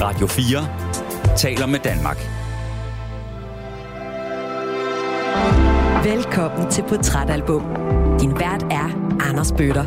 Radio 4 taler med Danmark. Velkommen til Portrætalbum. Din vært er Anders Bøtter.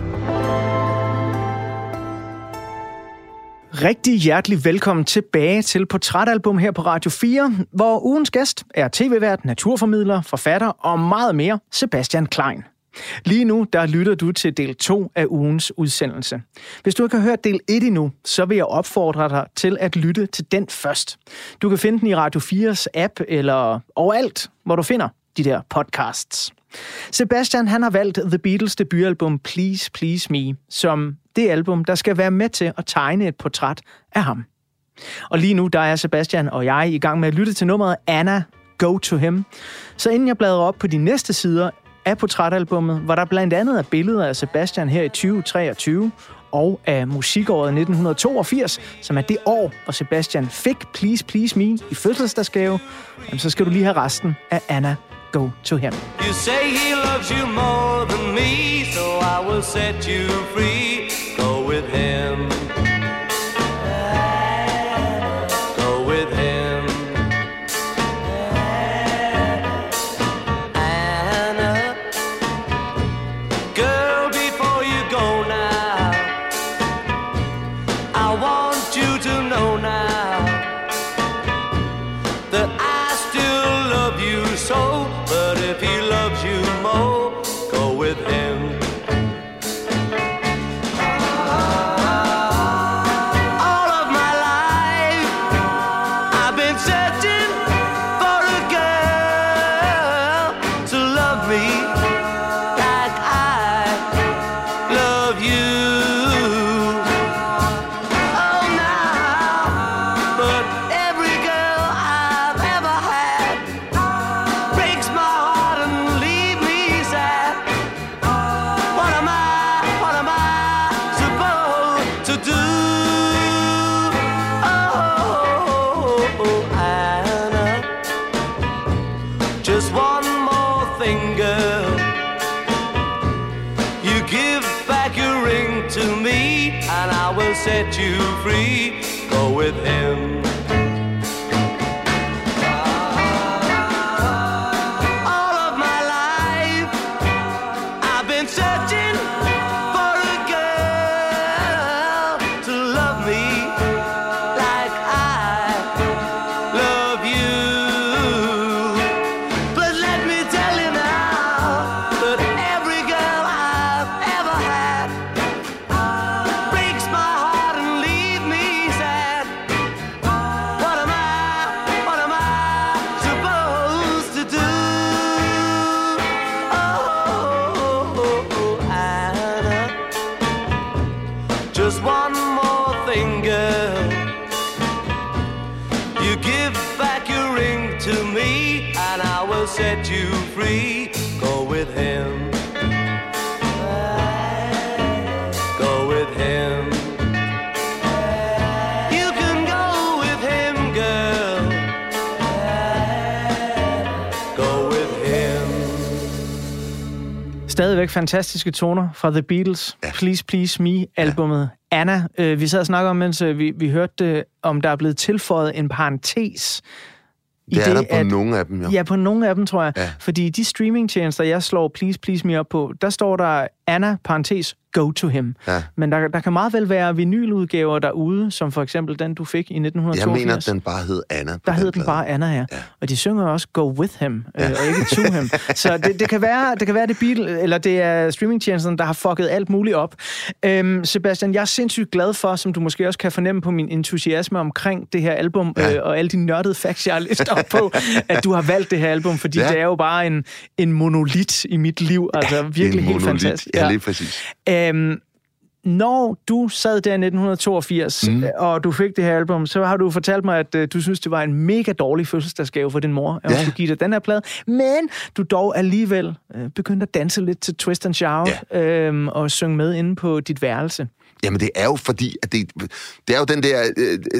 Rigtig hjertelig velkommen tilbage til Portrætalbum her på Radio 4, hvor ugens gæst er tv-vært, naturformidler, forfatter og meget mere, Sebastian Klein. Lige nu, der lytter du til del 2 af ugens udsendelse. Hvis du ikke har hørt del 1 endnu, så vil jeg opfordre dig til at lytte til den først. Du kan finde den i Radio 4's app eller overalt, hvor du finder de der podcasts. Sebastian, han har valgt The Beatles' debutalbum Please Please Me som det album, der skal være med til at tegne et portræt af ham. Og lige nu, der er Sebastian og jeg i gang med at lytte til nummeret Anna, Go To Him. Så inden jeg bladrer op på de næste sider af portrætalbummet, hvor der blandt andet er billeder af Sebastian her i 2023 og af musikåret 1982, som er det år, hvor Sebastian fik Please Please Me i fødselsdagsgave, så skal du lige have resten af Anna, Go To Him. You say he loves you more than me, so I will set you free. Go with him. Go with him. Anna, girl, before you go now, I want you to know now that I still love you so. But if he loves you more, go with him. All of my life I've been searching for a girl to love me like I love you. Oh, now, but every girl I've ever had breaks my heart and leave me sad. What am I supposed to do? Oh, Anna, just one more thing, girl. You give back your ring to me and I will set you free. Go with him. All of my life I've been searching for a girl to love me like I love you. But let me tell you now that every girl I've ever had breaks my heart and leave me sad. What am I supposed to do? Oh, Anna, just one more thing, girl. You give back your ring to me and I will set you free. Go with him. Go with him. You can go with him, girl. Go with him. Stadigvæk fantastiske toner fra The Beatles. Ja. Please Please Me-albummet Anna. Vi sad og snakkede om, mens vi hørte det, om der er blevet tilføjet en parentes. Det er der på nogle af dem, jo. Ja, på nogle af dem, tror jeg. Ja. Fordi de streamingtjenester, jeg slår Please Please Me op på, der står der Anna, parentes, Go To Him. Ja. Men der kan meget vel være vinyludgaver derude, som for eksempel den, du fik i 1982. Jeg mener, den bare hed Anna. Der hed den bare Anna, ja. Og de synger også Go With Him, og ikke To Him. Så det kan være det Beatles, eller det er streamingtjenesten, der har fucket alt muligt op. Sebastian, jeg er sindssygt glad for, som du måske også kan fornemme på min entusiasme omkring det her album, og alle de nørdede facts, jeg har læst op på, at du har valgt det her album, fordi det er jo bare en monolit i mit liv. Altså virkelig helt fantastisk. Ja, lige præcis. Når du sad der i 1982, og du fik det her album, så har du fortalt mig, at du synes, det var en mega dårlig fødselsdagsgave for din mor, at hun skulle give dig den her plade. Men du dog alligevel begyndte at danse lidt til Twist and Shout, og synge med inde på dit værelse. Jamen, det er jo fordi, at det er jo den der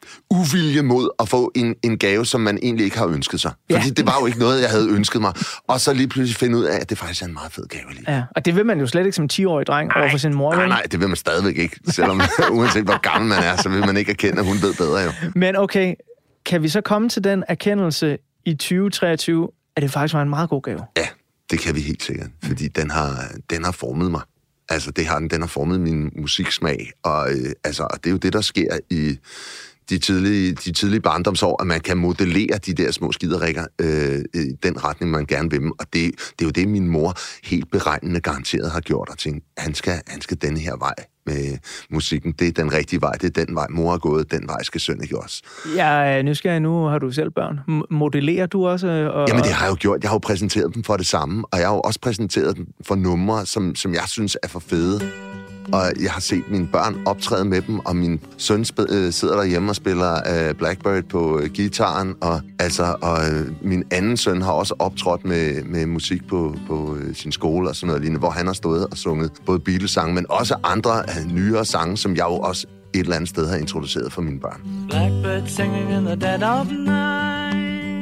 uvilje mod at få en gave, som man egentlig ikke har ønsket sig. Fordi det var jo ikke noget, jeg havde ønsket mig. Og så lige pludselig finde ud af, at det faktisk er en meget fed gave lige. Ja, og det vil man jo slet ikke som 10-årig dreng over for sin mor. Nej, det vil man stadigvæk ikke. Selvom uanset hvor gammel man er, så vil man ikke erkende, at hun ved bedre jo. Men okay, kan vi så komme til den erkendelse i 2023, at det faktisk var en meget god gave? Ja, det kan vi helt sikkert. Fordi den har formet mig. Altså, den har formet min musiksmag. Og det er jo det, der sker i de tidlige barndomsår, at man kan modellere de der små skiderikker i den retning, man gerne vil dem. Og det er jo det, min mor helt beregnende garanteret har gjort, og tænkt, han skal denne her vej med musikken. Det er den rigtige vej, det er den vej, mor har gået, den vej skal søn ikke også. Ja, nu har du selv børn. Modellerer du også? Jamen, det har jeg jo gjort. Jeg har jo præsenteret dem for det samme, og jeg har jo også præsenteret dem for numre, som jeg synes er for fede. Og jeg har set mine børn optræde med dem, og min søn sidder derhjemme og spiller Blackbird på gitaren, og min anden søn har også optrådt med musik på sin skole og sådan noget lignende, hvor han har stået og sunget både Beatles-sange, men også andre nyere sange, som jeg jo også et eller andet sted har introduceret for mine børn. Blackbird singing in the dead of night.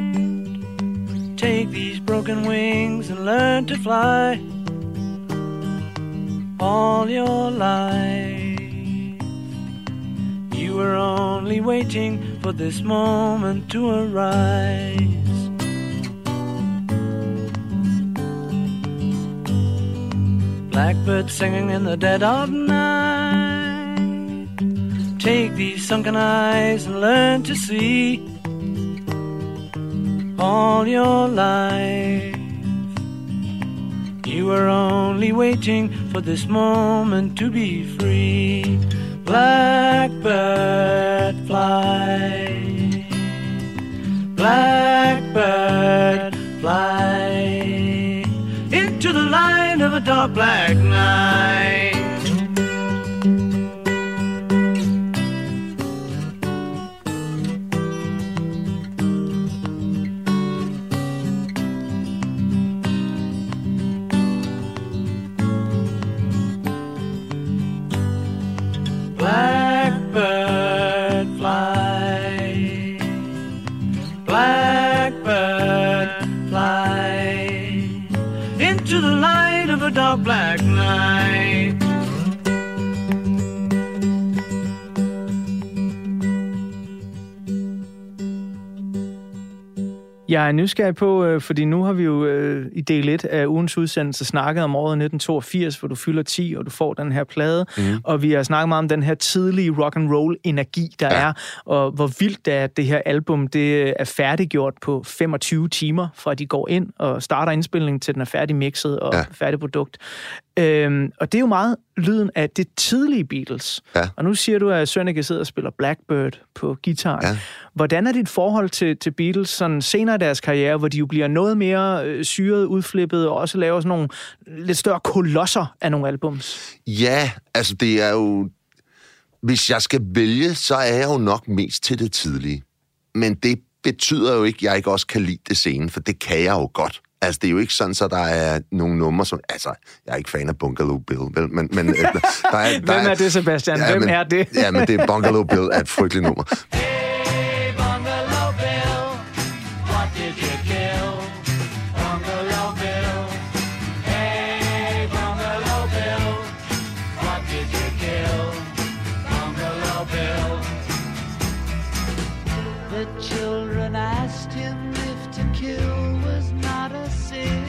Take these broken wings and learn to fly. All your life, you were only waiting for this moment to arise. Blackbird singing in the dead of night. Take these sunken eyes and learn to see. All your life, you were only waiting for this moment to be free. Blackbird fly, blackbird fly, into the light of a dark black night. Blackbird fly, blackbird fly, into the light of a dark black night. Jeg er nysgerrig på, fordi nu har vi jo i del 1 af ugens udsendelse snakket om året 1982, hvor du fylder 10, og du får den her plade. Og vi har snakket meget om den her tidlige rock and roll energi, der er, og hvor vildt det er, at det her album det er færdiggjort på 25 timer, fra de går ind og starter indspilningen til den er færdig mixet og færdig produkt. Og det er jo meget lyden af det tidlige Beatles. Ja. Og nu siger du, at Sønneke sidder og spiller Blackbird på guitar. Ja. Hvordan er dit forhold til Beatles sådan senere i deres karriere, hvor de jo bliver noget mere syret, udflippet, og også laver sådan nogle lidt større kolosser af nogle albums? Ja, altså det er jo... Hvis jeg skal vælge, så er jeg jo nok mest til det tidlige. Men det betyder jo ikke, at jeg ikke også kan lide det sene, for det kan jeg jo godt. Altså, det er jo ikke sådan, så der er nogle numre, som... Altså, jeg er ikke fan af Bungalow Bill, vel? Men hvem er det, Sebastian? Ja, hvem er det? Ja, men det er Bungalow Bill er et frygteligt nummer. Hey, Bungalow Bill, what did you kill? Bungalow Bill. Hey, Bungalow Bill, what did you kill? Bungalow Bill. The children asked him if to kill was not a sin.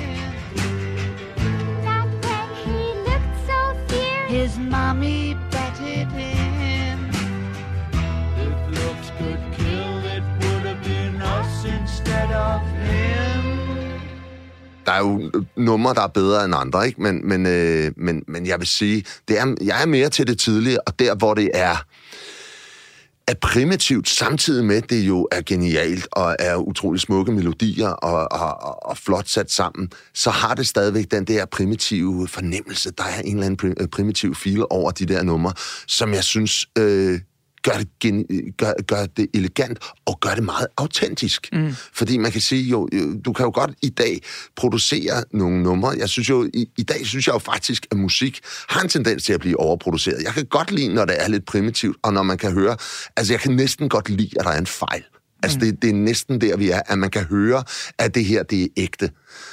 Not when he looked so fierce. His mommy betted him. If looks could kill, it would have been us instead of him. Der er jo numre, der er bedre end andre, ikke? Men jeg vil sige, jeg er mere til det tidlige, og der, hvor det er primitivt, samtidig med, det jo er genialt og er utrolig smukke melodier og flot sat sammen, så har det stadigvæk den der primitive fornemmelse. Der er en eller anden primitiv feel over de der numre, som jeg synes gør det elegant og gør det meget autentisk. Fordi man kan sige, jo, du kan jo godt i dag producere nogle numre. Jeg synes jo, i dag synes jeg jo faktisk, at musik har en tendens til at blive overproduceret. Jeg kan godt lide, når det er lidt primitivt, og når man kan høre, altså jeg kan næsten godt lide, at der er en fejl. Altså det er næsten der, vi er, at man kan høre, at det her, det er ægte.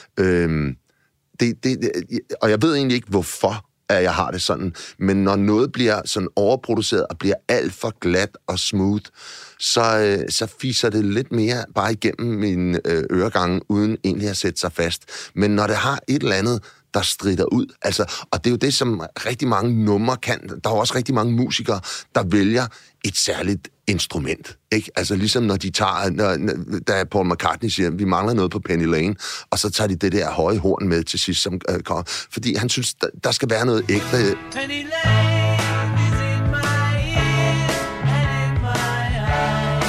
Og jeg ved egentlig ikke, hvorfor at jeg har det sådan, men når noget bliver sådan overproduceret og bliver alt for glat og smooth, så fiser det lidt mere bare igennem mine øregange, uden egentlig at sætte sig fast. Men når det har et eller andet, der strider ud, altså, og det er jo det, som rigtig mange numre kan. Der er også rigtig mange musikere, der vælger et særligt instrument, ikke? Altså ligesom når de tager, da Paul McCartney siger, vi mangler noget på Penny Lane, og så tager de det der høje horn med til sidst, som kommer, fordi han synes, der skal være noget ægte. Penny Lane is in my ears and in my eyes.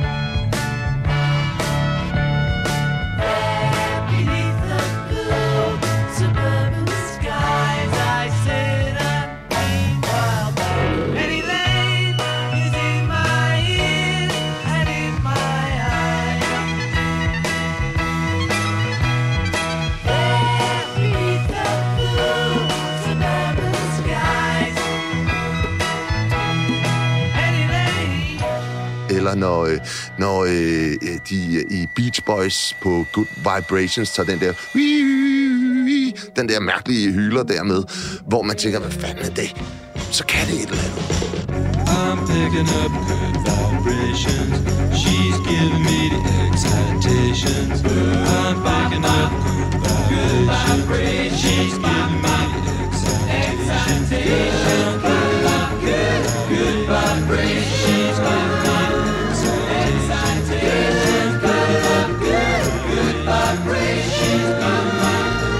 There beneath the blue suburban skies, I sit and think about Penny Lane is in my ears and in my eyes. There beneath the blue suburban skies, Penny Lane. Eller når de i Beach Boys på Good Vibrations tager den der mærkelige hyler der med, hvor man tænker, hvad fanden er det? Så kan det et eller andet. I'm picking up good vibrations. She's giving me the excitations. I'm picking up good vibrations. She's giving me the excitations. I'm picking up good vibrations. She's giving me the excitations. Picking up good vibrations. She's giving me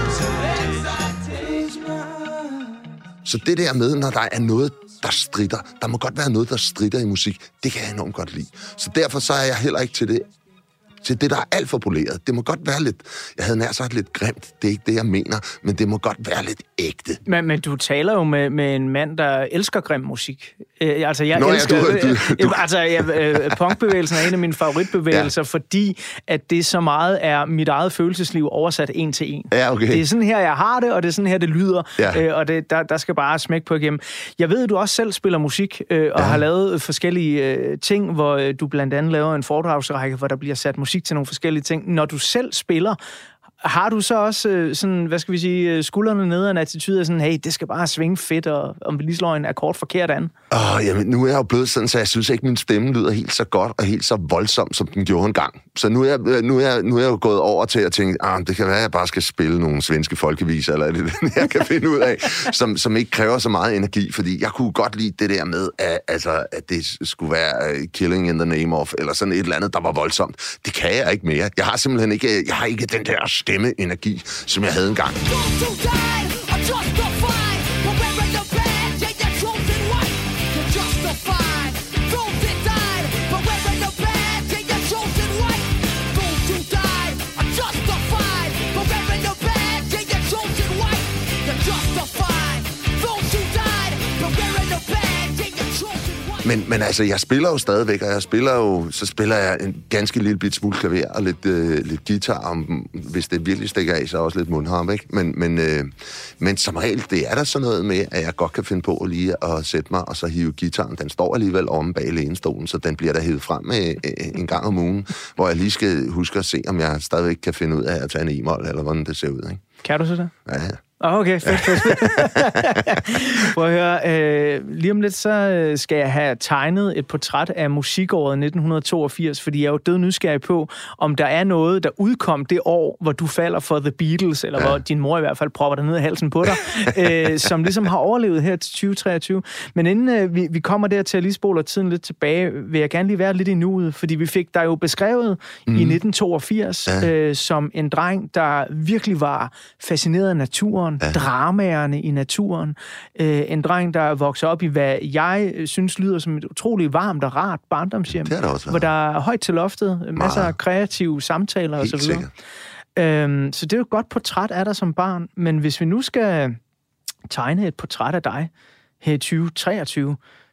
the excitations. Så det der med, når der er noget, der stritter, der må godt være noget, der stritter i musik, det kan jeg enormt godt lide. Så derfor så er jeg heller ikke til det, der er alt for poleret. Det må godt være lidt, jeg havde nær sagt lidt grimt, det er ikke det, jeg mener, men det må godt være lidt ægte. Men du taler jo med en mand, der elsker grim musik. Altså, jeg Nå, elsker... du. Punkbevægelsen er en af mine favoritbevægelser, fordi at det så meget er mit eget følelsesliv oversat en til en. Ja, okay. Det er sådan her, jeg har det, og det er sådan her, det lyder. Ja. Og der skal bare smæk på igennem. Jeg ved, at du også selv spiller musik, og har lavet forskellige ting, hvor du blandt andet laver en foredragsrække, hvor der bliver sat musik til nogle forskellige ting. Når du selv spiller, har du så også sådan, hvad skal vi sige, skuldrene nede af en attitude af sådan, hey, det skal bare svinge fedt, og om vi lige slår en akkord forkert an? Jamen, nu er jeg jo blevet sådan, så jeg synes ikke, min stemme lyder helt så godt og helt så voldsom, som den gjorde engang. Så nu er jeg jo gået over til at tænke, det kan være, at jeg bare skal spille nogle svenske folkeviser, eller det, jeg kan finde ud af, som ikke kræver så meget energi, fordi jeg kunne godt lide det der med, at det skulle være killing in the name of, eller sådan et eller andet, der var voldsomt. Det kan jeg ikke mere. Jeg har simpelthen ikke den der stemmeenergi, som jeg havde engang. Men altså, jeg spiller jo stadigvæk, og så spiller jeg en ganske lille bit smule klaver og lidt guitar, hvis det virkelig stikker af, så også lidt mundharm, ikke? Men som regel, det er der sådan noget med, at jeg godt kan finde på lige at sætte mig, og så hive guitaren. Den står alligevel omme bag lænestolen, så den bliver der hævet frem en gang om ugen, hvor jeg lige skal huske at se, om jeg stadigvæk kan finde ud af at tage en e-mol, eller hvordan det ser ud, ikke? Kan du så det? Ja. Okay, fedt. Prøv at høre, lige om lidt, så skal jeg have tegnet et portræt af musikåret 1982, fordi jeg er jo død nysgerrig på, om der er noget, der udkom det år, hvor du falder for The Beatles, eller hvor din mor i hvert fald propper dig ned i halsen på dig, som ligesom har overlevet her til 2023. Men inden vi kommer der til at lige spole tiden lidt tilbage, vil jeg gerne lige være lidt i nuet, fordi vi fik dig jo beskrevet i 1982 som en dreng, der virkelig var fascineret af naturen, dramaerne i naturen. En dreng, der vokser op i, hvad jeg synes lyder som et utroligt varmt og rart barndomshjem, hvor der er højt til loftet, masser af kreative samtaler osv. Så det er jo et godt portræt af dig som barn, men hvis vi nu skal tegne et portræt af dig her i 2023,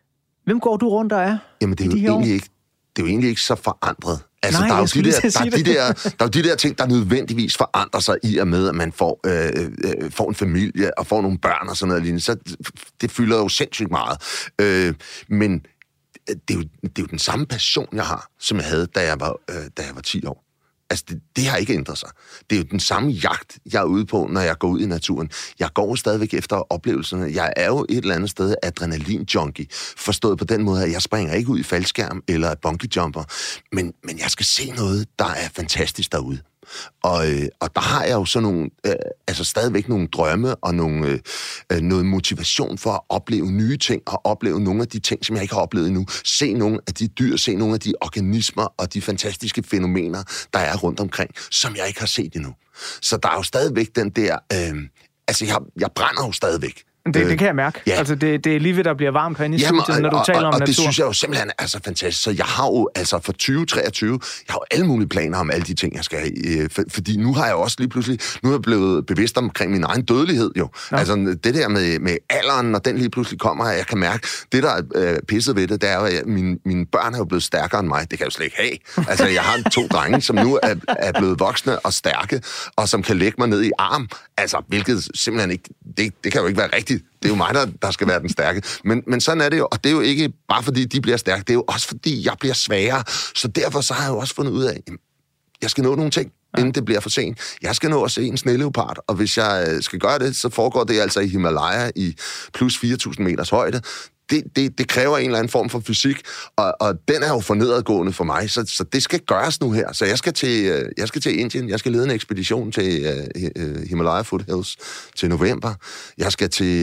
Hvem går du rundt og er? Jamen, det er jo egentlig ikke så forandret. Altså, Nej, der er jo de der ting, der nødvendigvis forandrer sig i og med, at man får en familie og får nogle børn og sådan noget lignende. Så det fylder jo sindssygt meget. Men det er jo den samme passion, jeg har, som jeg havde, da jeg var 10 år. Altså, det har ikke ændret sig. Det er jo den samme jagt, jeg er ude på, når jeg går ud i naturen. Jeg går jo stadigvæk efter oplevelserne. Jeg er jo et eller andet sted adrenalin-junkie. Forstået på den måde, at jeg springer ikke ud i faldskærm eller bungee-jumper. Men jeg skal se noget, der er fantastisk derude. Og der har jeg jo så nogle, stadigvæk nogle drømme og noget motivation for at opleve nye ting og opleve nogle af de ting, som jeg ikke har oplevet endnu. Se nogle af de dyr, se nogle af de organismer og de fantastiske fænomener, der er rundt omkring, som jeg ikke har set endnu. Så der er jo stadigvæk den der, jeg brænder jo stadigvæk. Det kan jeg mærke. Ja. Altså, det er lige ved, der bliver varmt herinde i studiet, når du taler om natur. Og det synes jeg jo simpelthen er så fantastisk. Så jeg har jo, altså for 2023, jeg har jo alle mulige planer om alle de ting, jeg skal have. Fordi nu har jeg også lige pludselig, nu er jeg blevet bevidst omkring min egen dødelighed jo. Ja. Altså det der med alderen, når den lige pludselig kommer, jeg kan mærke, det der er pisset ved det, det er jo, at mine børn er jo blevet stærkere end mig. Det kan jeg jo slet ikke have. Altså jeg har 2 drenge, som nu er blevet voksne og stærke, og som kan lægge mig ned i arm. Altså, hvilket simpelthen ikke, det kan jo ikke være rigtigt. Det er jo mig, der skal være den stærke. Men sådan er det jo, og det er jo ikke bare fordi, de bliver stærke, det er jo også fordi, jeg bliver svagere. Så derfor så har jeg jo også fundet ud af, at jeg skal nå nogle ting, inden det bliver for sent. Jeg skal nå at se en sneleopard, og hvis jeg skal gøre det, så foregår det altså i Himalaya i plus 4.000 meters højde. Det kræver en eller anden form for fysik, og den er jo for nedadgående for mig, så det skal gøres nu her. Så jeg skal til Indien, jeg skal lede en ekspedition til Himalaya Foothills til november. Jeg skal til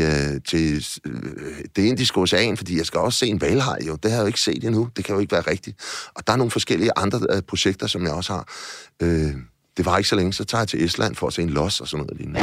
det indiske ocean, fordi jeg skal også se en hvalhaj, jo. Det har jeg jo ikke set endnu, det kan jo ikke være rigtigt. Og der er nogle forskellige andre projekter, som jeg også har. Det var ikke så længe, så tager jeg til Island for at se en los og sådan noget lignende.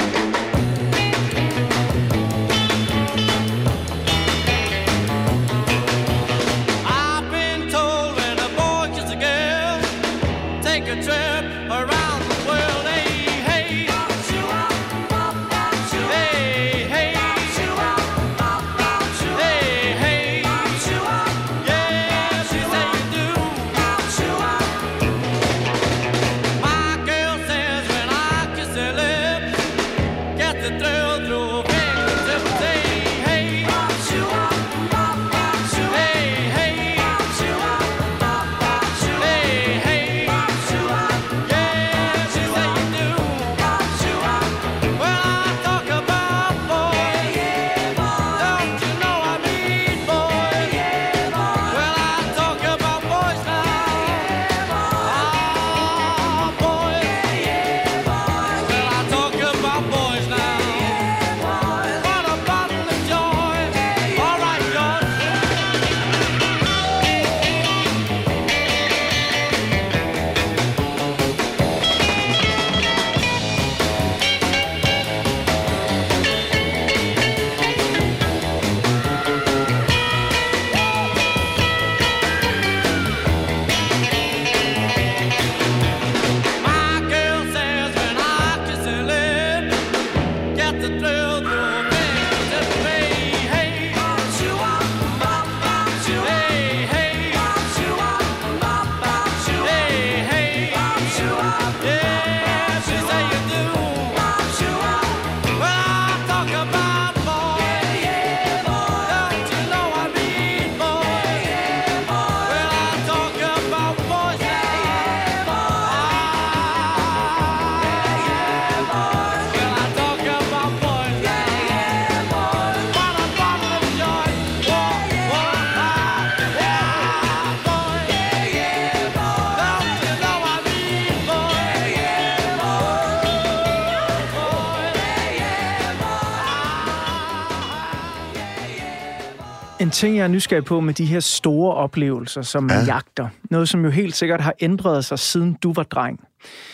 En ting, jeg er nysgerrig på med de her store oplevelser, som man jagter. Noget, som jo helt sikkert har ændret sig, siden du var dreng.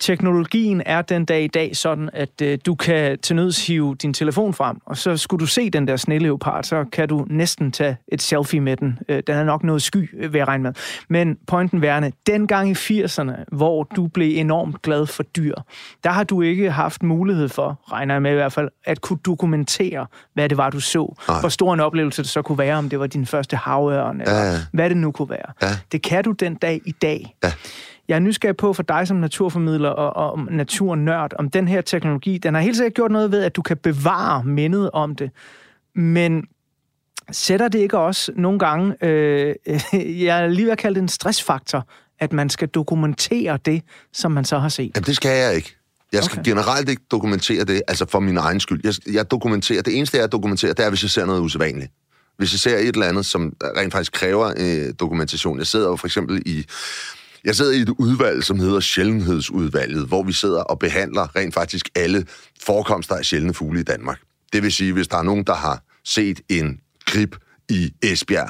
teknologien er den dag i dag sådan, at du kan til nøds hive din telefon frem, og så skulle du se den der sneleopard, så kan du næsten tage et selfie med den. Den er nok noget sky, vil jeg regne med. Men pointen værende, dengang i 80'erne, hvor du blev enormt glad for dyr, der har du ikke haft mulighed for, regner jeg med i hvert fald, at kunne dokumentere, hvad det var, du så. Nej. Hvor stor en oplevelse det så kunne være, om det var din første havørn, eller hvad det nu kunne være. Ja. Det kan du den dag i dag. Ja. Jeg er nysgerrig på for dig som naturformidler og naturnørd, om den her teknologi, den har helt sikkert gjort noget ved, at du kan bevare mindet om det. Men sætter det ikke også nogle gange, jeg er lige ved at kalde det en stressfaktor, at man skal dokumentere det, som man så har set? Jamen, det skal jeg ikke. Jeg skal generelt ikke dokumentere det, altså for min egen skyld. Jeg dokumenterer, det eneste, jeg dokumenterer, det er, hvis jeg ser noget usædvanligt. Hvis jeg ser et eller andet, som rent faktisk kræver dokumentation. Jeg sidder jo for eksempel i et udvalg, som hedder Sjældenhedsudvalget, hvor vi sidder og behandler rent faktisk alle forekomster af sjældne fugle i Danmark. Det vil sige, hvis der er nogen, der har set en grib i Esbjerg,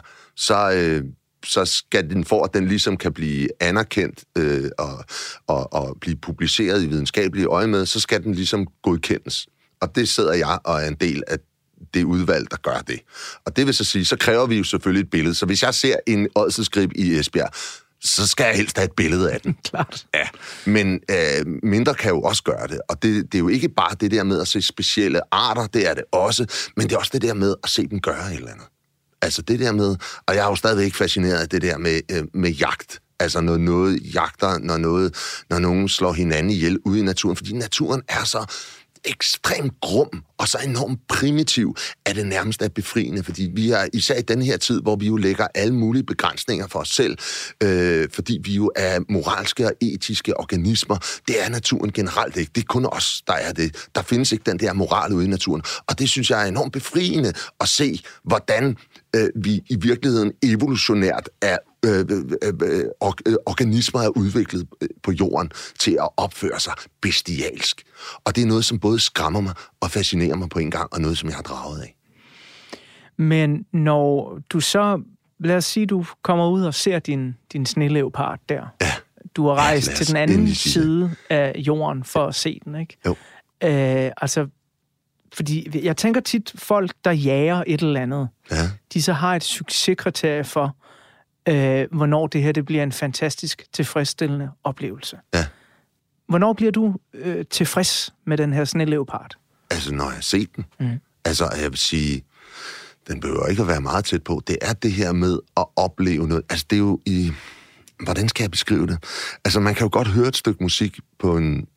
så skal den, for at den ligesom kan blive anerkendt og blive publiceret i videnskabelige øje med, så skal den ligesom godkendes. Og det sidder jeg og er en del af det udvalg, der gør det. Og det vil så sige, så kræver vi jo selvfølgelig et billede. Så hvis jeg ser en ådselsgrib i Esbjerg, så skal jeg helst have et billede af den. Klart. Ja, men mindre kan jo også gøre det. Og det er jo ikke bare det der med at se specielle arter, det er det også, men det er også det der med at se dem gøre et eller andet. Altså det der med, og jeg er jo stadigvæk fascineret af det der med jagt. Altså når noget jagter, når nogen slår hinanden ihjel ude i naturen, fordi naturen er så ekstremt grum og så enormt primitiv, at det nærmest er befriende, fordi vi er især i den her tid, hvor vi jo lægger alle mulige begrænsninger for os selv, fordi vi jo er moralske og etiske organismer. Det er naturen generelt ikke. Det er kun os, der er det. Der findes ikke den der moral ude i naturen. Og det synes jeg er enormt befriende at se, hvordan vi i virkeligheden evolutionært er organismer er udviklet på jorden til at opføre sig bestialsk. Og det er noget, som både skræmmer mig og fascinerer mig på en gang, og noget, som jeg har draget af. Men når du så, lad os sige, du kommer ud og ser din sneleopard der. Ja. Du har rejst til den anden side af jorden for at se den, ikke? Jo. Altså, fordi jeg tænker tit, folk, der jager et eller andet, de så har et succeskriterie for, hvornår det her det bliver en fantastisk, tilfredsstillende oplevelse. Ja. Hvornår bliver du tilfreds med den her sneleopard? Altså, når jeg har set den. Altså, jeg vil sige, den behøver ikke at være meget tæt på. Det er det her med at opleve noget. Altså, det er jo i... Hvordan skal jeg beskrive det? Altså, man kan jo godt høre et stykke musik på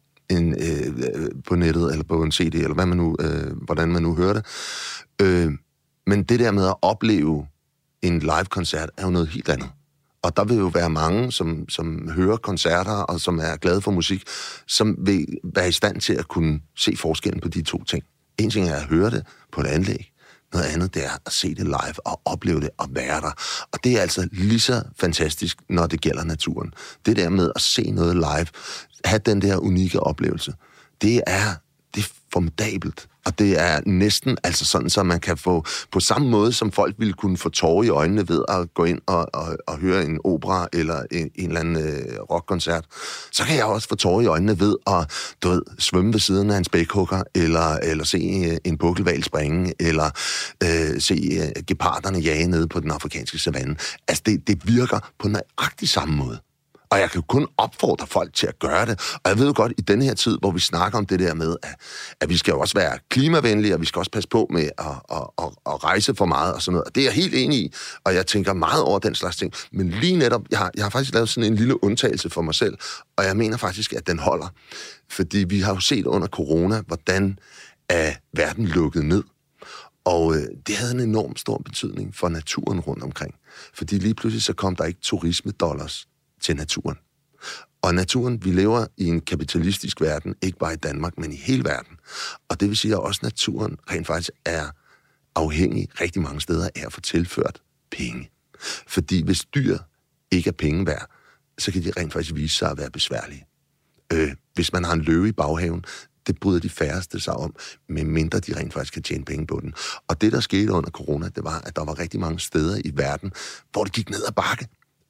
på nettet, eller på en CD, eller hvad man nu, hvordan man nu hører det. Men det der med at opleve en live-koncert er jo noget helt andet. Og der vil jo være mange, som hører koncerter, og som er glade for musik, som vil være i stand til at kunne se forskellen på de to ting. En ting er at høre det på et anlæg. Noget andet, det er at se det live og opleve det og være der. Og det er altså lige så fantastisk, når det gælder naturen. Det der med at se noget live, have den der unikke oplevelse, det er formidabelt. Og det er næsten altså sådan, så man kan få, på samme måde som folk ville kunne få tårer i øjnene ved at gå ind og høre en opera eller en eller anden rockkoncert, så kan jeg også få tårer i øjnene ved at svømme ved siden af en spækhugger, eller se en bukkelhval springe, eller se geparderne jage nede på den afrikanske savanne. Altså det virker på nøjagtig samme måde. Og jeg kan kun opfordre folk til at gøre det. Og jeg ved jo godt, i denne her tid, hvor vi snakker om det der med, at vi skal jo også være klimavenlige, og vi skal også passe på med at rejse for meget og sådan noget. Og det er jeg helt enig i, og jeg tænker meget over den slags ting. Men lige netop, jeg har faktisk lavet sådan en lille undtagelse for mig selv, og jeg mener faktisk, at den holder. Fordi vi har jo set under corona, hvordan er verden lukket ned. Og det havde en enormt stor betydning for naturen rundt omkring. Fordi lige pludselig så kom der ikke turismedollars til naturen. Og naturen, vi lever i en kapitalistisk verden, ikke bare i Danmark, men i hele verden. Og det vil sige, at også naturen rent faktisk er afhængig rigtig mange steder af at få tilført penge. Fordi hvis dyr ikke er penge værd, så kan de rent faktisk vise sig at være besværlige. Hvis man har en løve i baghaven, det bryder de færreste sig om, medmindre de rent faktisk kan tjene penge på den. Og det, der skete under corona, det var, at der var rigtig mange steder i verden, hvor det gik ned ad bakke.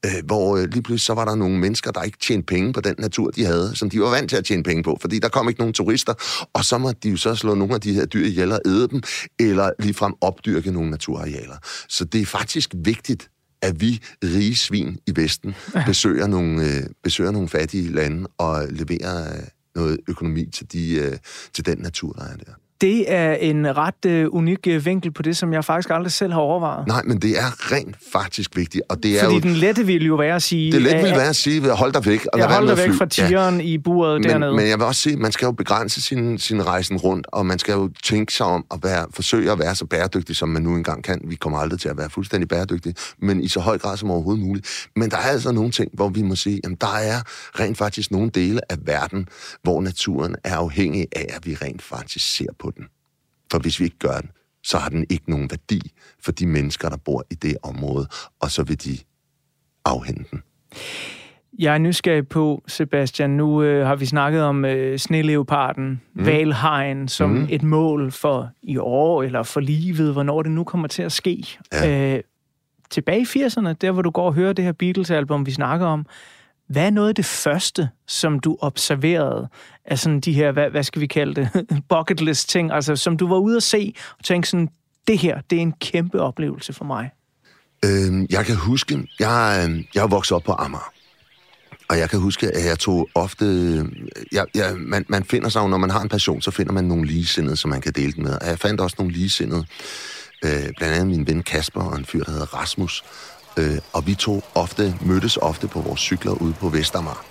hvor lige pludselig så var der nogle mennesker, der ikke tjente penge på den natur, de havde, som de var vant til at tjene penge på, fordi der kom ikke nogen turister, og så måtte de jo så slå nogle af de her dyr ihjel og æde dem, eller ligefrem opdyrke nogle naturarealer. Så det er faktisk vigtigt, at vi rige svin i Vesten besøger nogle fattige lande og leverer noget økonomi til den natur, der er der. Det er en ret unik vinkel på det, som jeg faktisk aldrig selv har overvejet. Nej, men det er rent faktisk vigtigt. Og det er fordi jo, den lette ville jo være at sige... Det lette ville være at sige, hold dig væk. Og hold dig væk fra tigeren i buret dernede. Men jeg vil også sige, man skal jo begrænse sin rejsen rundt, og man skal jo tænke sig om at forsøge at være så bæredygtig, som man nu engang kan. Vi kommer aldrig til at være fuldstændig bæredygtige, men i så høj grad som overhovedet muligt. Men der er altså nogle ting, hvor vi må sige, at der er rent faktisk nogle dele af verden, hvor naturen er afhængig af, at vi rent faktisk ser på den. For hvis vi ikke gør den, så har den ikke nogen værdi for de mennesker, der bor i det område, og så vil de afhænde den. Jeg er nysgerrig på, Sebastian, nu har vi snakket om sneleoparden, hvalhajen, som et mål for i år, eller for livet, hvornår det nu kommer til at ske. Ja. Tilbage i 80'erne, der hvor du går og hører det her Beatles-album, vi snakker om, hvad er noget af det første, som du observerede af sådan de her, hvad skal vi kalde det, bucket list ting, altså som du var ude at se og tænkte sådan, det her, det er en kæmpe oplevelse for mig? Jeg kan huske, jeg er vokset op på Amager, og jeg kan huske, at jeg tog ofte, man finder sig jo, når man har en passion, så finder man nogle ligesindede, som man kan dele den med, og jeg fandt også nogle ligesindede, blandt andet min ven Kasper og en fyr, der hedder Rasmus. Og vi mødtes ofte på vores cykler ude på Vestamager,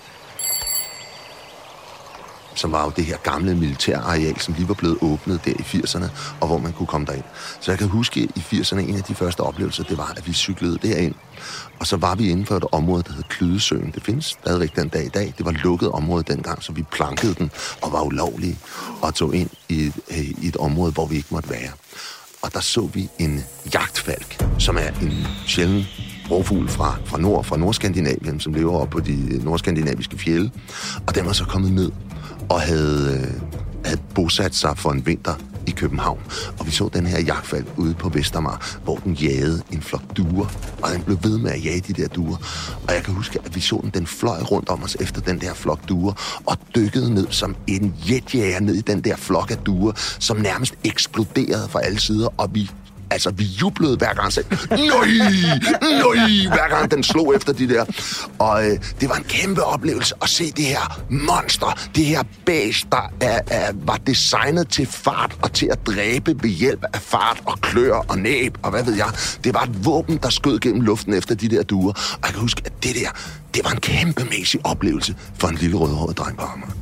som var jo det her gamle militærareal, som lige var blevet åbnet der i 80'erne, og hvor man kunne komme derind. Så jeg kan huske i 80'erne, en af de første oplevelser, det var, at vi cyklede derind, og så var vi inden for et område, der hed Klydesøen. Det findes stadigvæk den dag i dag. Det var lukket område dengang, så vi plankede den og var ulovlige og tog ind i et område, hvor vi ikke måtte være. Og der så vi en jagtfalk, som er en sjælden rovfugl fra Nordskandinavien, som lever oppe på de nordskandinaviske fjelde. Og den var så kommet ned og havde bosat sig for en vinter i København. Og vi så den her jagtfalk ude på Vestamager, hvor den jagede en flok duer. Og den blev ved med at jage de der duer. Og jeg kan huske, at vi så den fløj rundt om os efter den der flok duer, og dykkede ned som en jetjæger ned i den der flok af duer, som nærmest eksploderede fra alle sider, og vi jublede hver gang selv. Nøj, hver gang den slog efter de der. Og det var en kæmpe oplevelse at se det her monster, det her bæst, der var designet til fart og til at dræbe ved hjælp af fart og klør og næb og hvad ved jeg. Det var et våben, der skød gennem luften efter de der duer. Og jeg kan huske, at det var en kæmpemæssig oplevelse for en lille rødhåret dreng på Amager.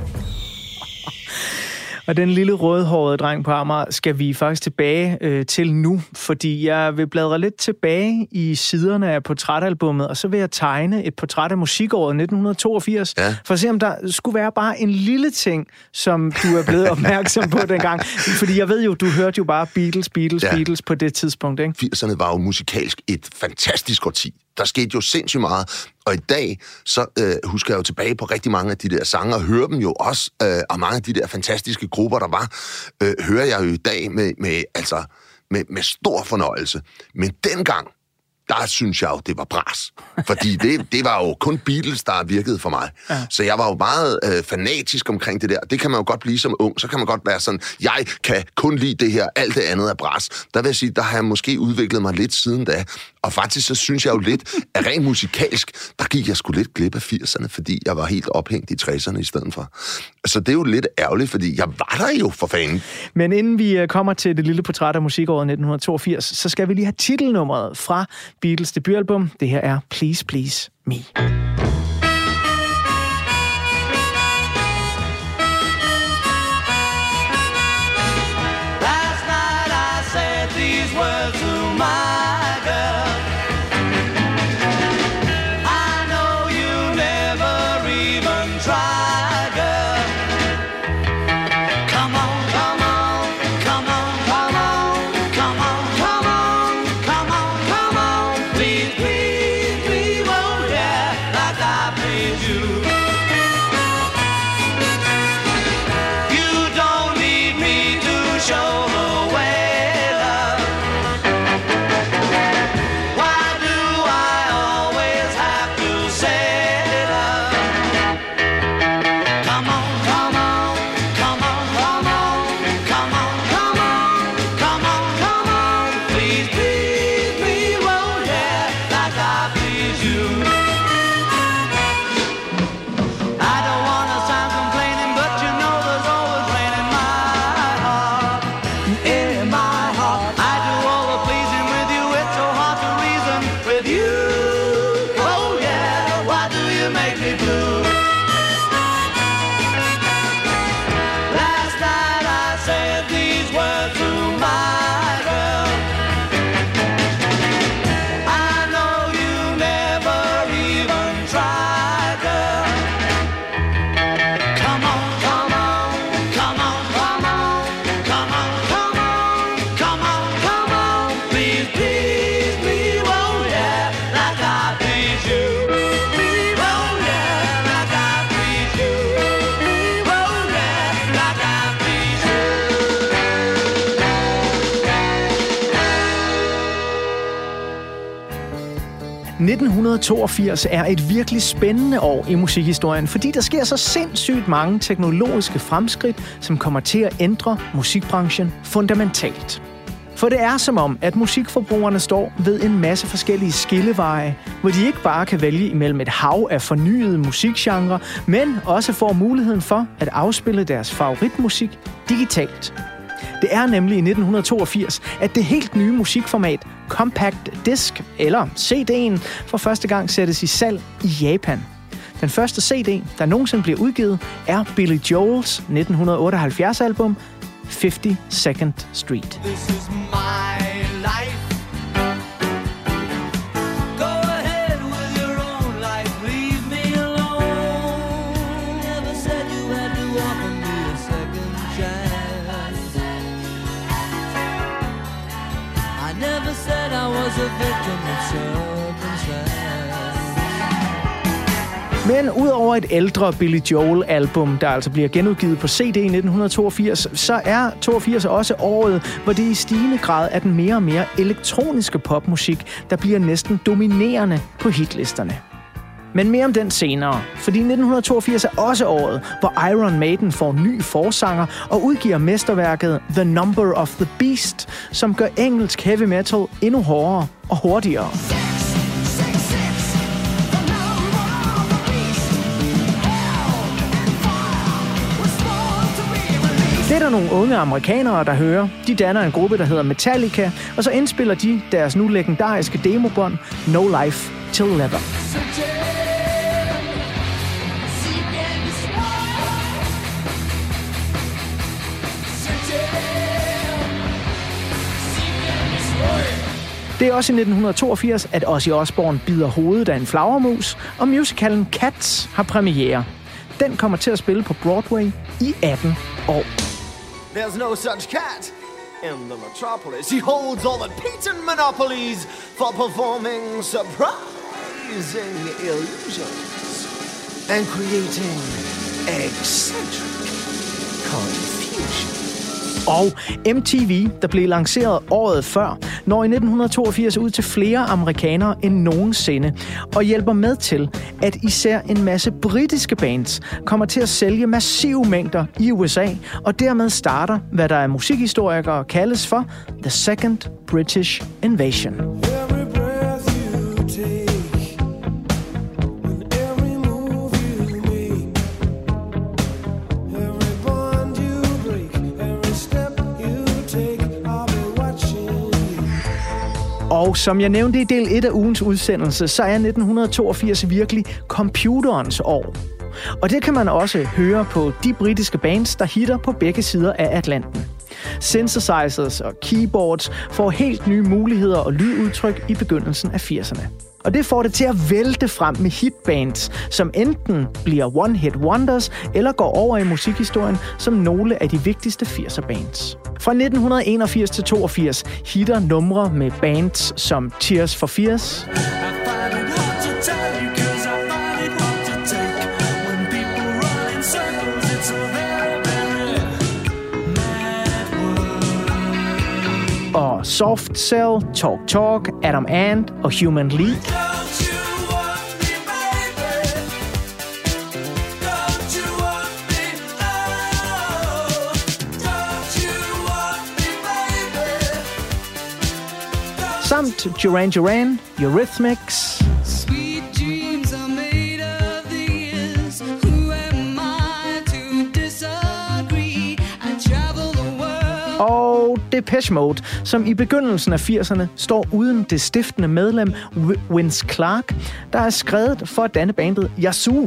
Og den lille rødhårede dreng på Amager skal vi faktisk tilbage til nu, fordi jeg vil bladre lidt tilbage i siderne af portrætalbummet, og så vil jeg tegne et portræt af musikåret 1982, for at se, om der skulle være bare en lille ting, som du er blevet opmærksom på dengang. Fordi jeg ved jo, du hørte jo bare Beatles på det tidspunkt, ikke? 80'erne var jo musikalsk et fantastisk årti. Der skete jo sindssygt meget, og i dag, så husker jeg jo tilbage på rigtig mange af de der sange, og hører dem jo også, og mange af de der fantastiske grupper, der var, hører jeg jo i dag med stor fornøjelse. Men dengang, der synes jeg jo, det var bras. Fordi det var jo kun Beatles, der virkede for mig. Ja. Så jeg var jo meget fanatisk omkring det der. Det kan man jo godt blive som ung. Så kan man godt være sådan, jeg kan kun lide det her, alt det andet er bras. Der vil jeg sige, der har jeg måske udviklet mig lidt siden da. Og faktisk så synes jeg jo lidt, at rent musikalsk, der gik jeg sgu lidt glip af 80'erne, fordi jeg var helt ophængt i 60'erne i stedet for. Så det er jo lidt ærgerligt, fordi jeg var der jo for fanden. Men inden vi kommer til det lille portræt af musikåret 1982, så skal vi lige have titelnummeret fra Beatles debutalbum. Det her er Please Please Me. Last night I said these words to my girl. I know you never even try, girl. Come on, come on, come on, come on, come on, come on, come on, come on. Please, please, please, oh yeah, like I please you. You don't need me to show the way, love. Why do I always have to you. I don't wanna sound complaining, but you know there's always rain in my heart. In my heart, I do all the pleasing with you. It's so hard to reason with you. Oh yeah, why do you make me blue? Last night I said these words to my girl. I know you never even tried, girl. Come on, come on, come on, come on, come on, come on, come on, come on. Please, please me, oh yeah, like I please you. Oh yeah, like I please you. Oh yeah, like I please you. 1982 er et virkelig spændende år i musikhistorien, fordi der sker så sindssygt mange teknologiske fremskridt, som kommer til at ændre musikbranchen fundamentalt. For det er som om, at musikforbrugerne står ved en masse forskellige skilleveje, hvor de ikke bare kan vælge imellem et hav af fornyede musikgenrer, men også får muligheden for at afspille deres favoritmusik digitalt. Det er nemlig i 1982, at det helt nye musikformat Compact Disc, eller CD'en, for første gang sættes i salg i Japan. Den første CD, der nogensinde bliver udgivet, er Billy Joel's 1978-album 52nd Street. This is my life. Go ahead with your own life. Leave me alone. Never said you had to offer me a second chance. I never said I was a victim of circumstance. Men udover et ældre Billy Joel-album, der altså bliver genudgivet på CD i 1982, så er 82 også året, hvor det i stigende grad er den mere og mere elektroniske popmusik, der bliver næsten dominerende på hitlisterne. Men mere om den senere, fordi 1982 er også året, hvor Iron Maiden får ny forsanger og udgiver mesterværket The Number of the Beast, som gør engelsk heavy metal endnu hårdere og hurtigere. Det er der nogle unge amerikanere, der hører. De danner en gruppe, der hedder Metallica, og så indspiller de deres nu legendariske demobånd No Life Till Leather. Det er også i 1982, at Ozzy Osbourne bider hovedet af en flagermus, og musicalen Cats har premiere. Den kommer til at spille på Broadway i 18 år. There's no such cat in the metropolis. He holds all the patent monopolies for performing surprising illusions and creating eccentric confusion. Og MTV, der blev lanceret året før, når i 1982 ud til flere amerikanere end nogensinde, og hjælper med til, at især en masse britiske bands kommer til at sælge massive mængder i USA, og dermed starter, hvad der af musikhistorikere kaldes for The Second British Invasion. Og som jeg nævnte i del 1 af ugens udsendelse, så er 1982 virkelig computerens år. Og det kan man også høre på de britiske bands, der hitter på begge sider af Atlanten. Synthesizers og keyboards får helt nye muligheder og lydudtryk i begyndelsen af 80'erne. Og det får det til at vælte frem med hitbands, som enten bliver one-hit wonders eller går over i musikhistorien som nogle af de vigtigste 80'er-bands. Fra 1981 til 82 hitter numre med bands som Tears for Fears, og Soft Cell, Talk Talk, Adam Ant og Human League. Samt Duran Duran, Eurythmics, Depeche Mode, som i begyndelsen af 80'erne står uden det stiftende medlem Vince Clarke, der er skrevet for at danne bandet Yazoo.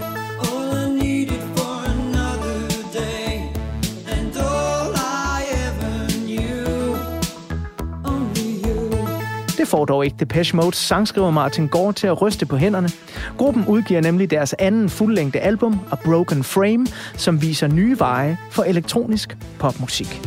Det får dog ikke Depeche Modes sangskriver Martin Gore til at ryste på hænderne. Gruppen udgiver nemlig deres anden fuldlængde album, A Broken Frame, som viser nye veje for elektronisk popmusik.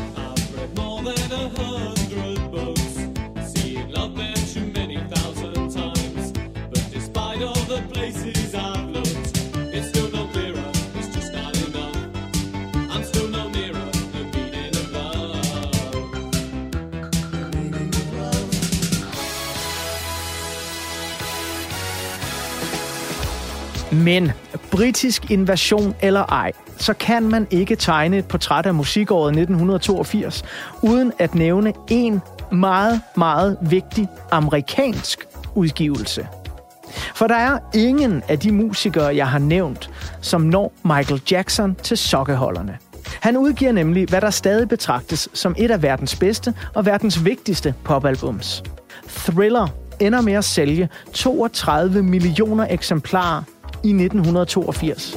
Men britisk invasion eller ej, så kan man ikke tegne et portræt af musikåret 1982, uden at nævne en meget, meget vigtig amerikansk udgivelse. For der er ingen af de musikere, jeg har nævnt, som når Michael Jackson til sokkeholderne. Han udgiver nemlig, hvad der stadig betragtes som et af verdens bedste og verdens vigtigste popalbums. Thriller ender med at sælge 32 millioner eksemplarer i 1982.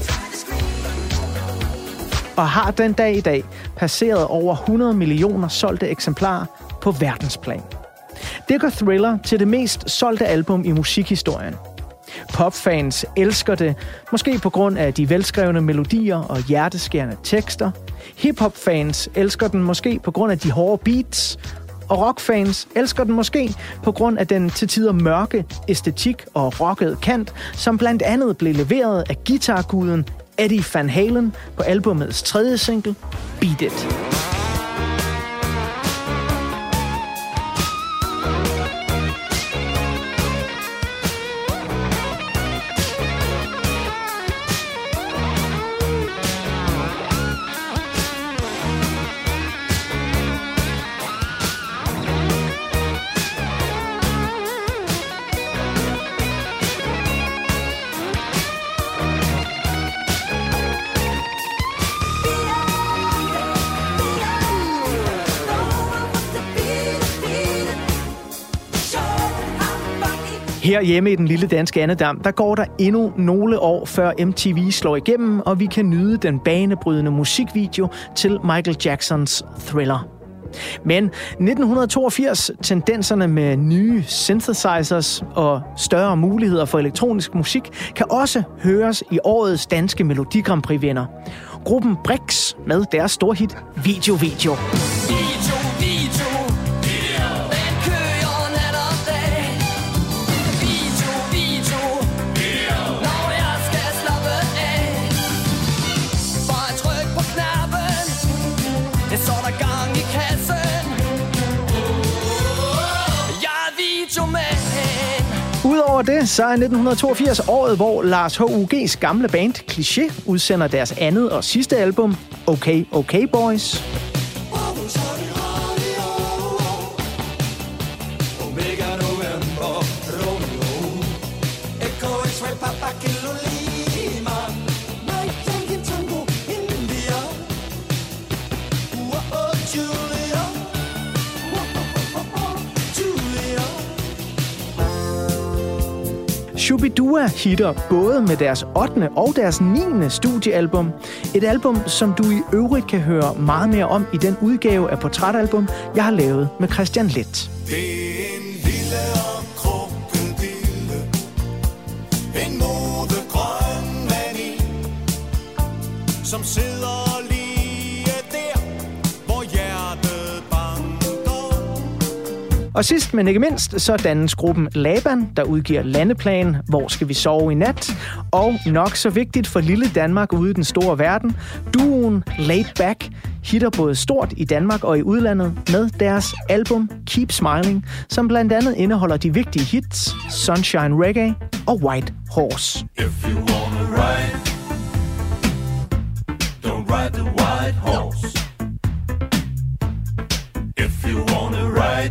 Og har den dag i dag passeret over 100 millioner solgte eksemplarer på verdensplan. Det gør Thriller til det mest solgte album i musikhistorien. Popfans elsker det, måske på grund af de velskrevne melodier og hjerteskærende tekster. Hip-hop-fans elsker den måske på grund af de hårde beats. Og rockfans elsker den måske på grund af den til tider mørke æstetik og rockede kant, som blandt andet blev leveret af guitarguden Eddie Van Halen på albumets 3. single, Beat It. Her hjemme i den lille danske andedam, der går der endnu nogle år før MTV slår igennem, og vi kan nyde den banebrydende musikvideo til Michael Jacksons Thriller. Men 1982, tendenserne med nye synthesizers og større muligheder for elektronisk musik, kan også høres i årets danske Melodi Grand Prix-vinder. Gruppen Brix med deres storhit Video. Udover det, så er 1982 året, hvor Lars H.U.G's gamle band Cliché udsender deres andet og sidste album, Okay Boys. Shubidua hitter både med deres 8. og deres 9. studiealbum. Et album, som du i øvrigt kan høre meget mere om i den udgave af portrætalbum, jeg har lavet med Christian Leth. Det er en lille og krokodille, en modegrøn mani, som sidder lige der, hvor hjertet banker. Og sidst, men ikke mindst, så dannes gruppen Laban, der udgiver Landeplan, Hvor skal vi sove i nat? Og nok så vigtigt for lille Danmark ude i den store verden, duoen Laid Back hitter både stort i Danmark og i udlandet med deres album Keep Smiling, som blandt andet indeholder de vigtige hits Sunshine Reggae og White Horse. If you wanna ride, don't ride the white horse. If you wanna ride,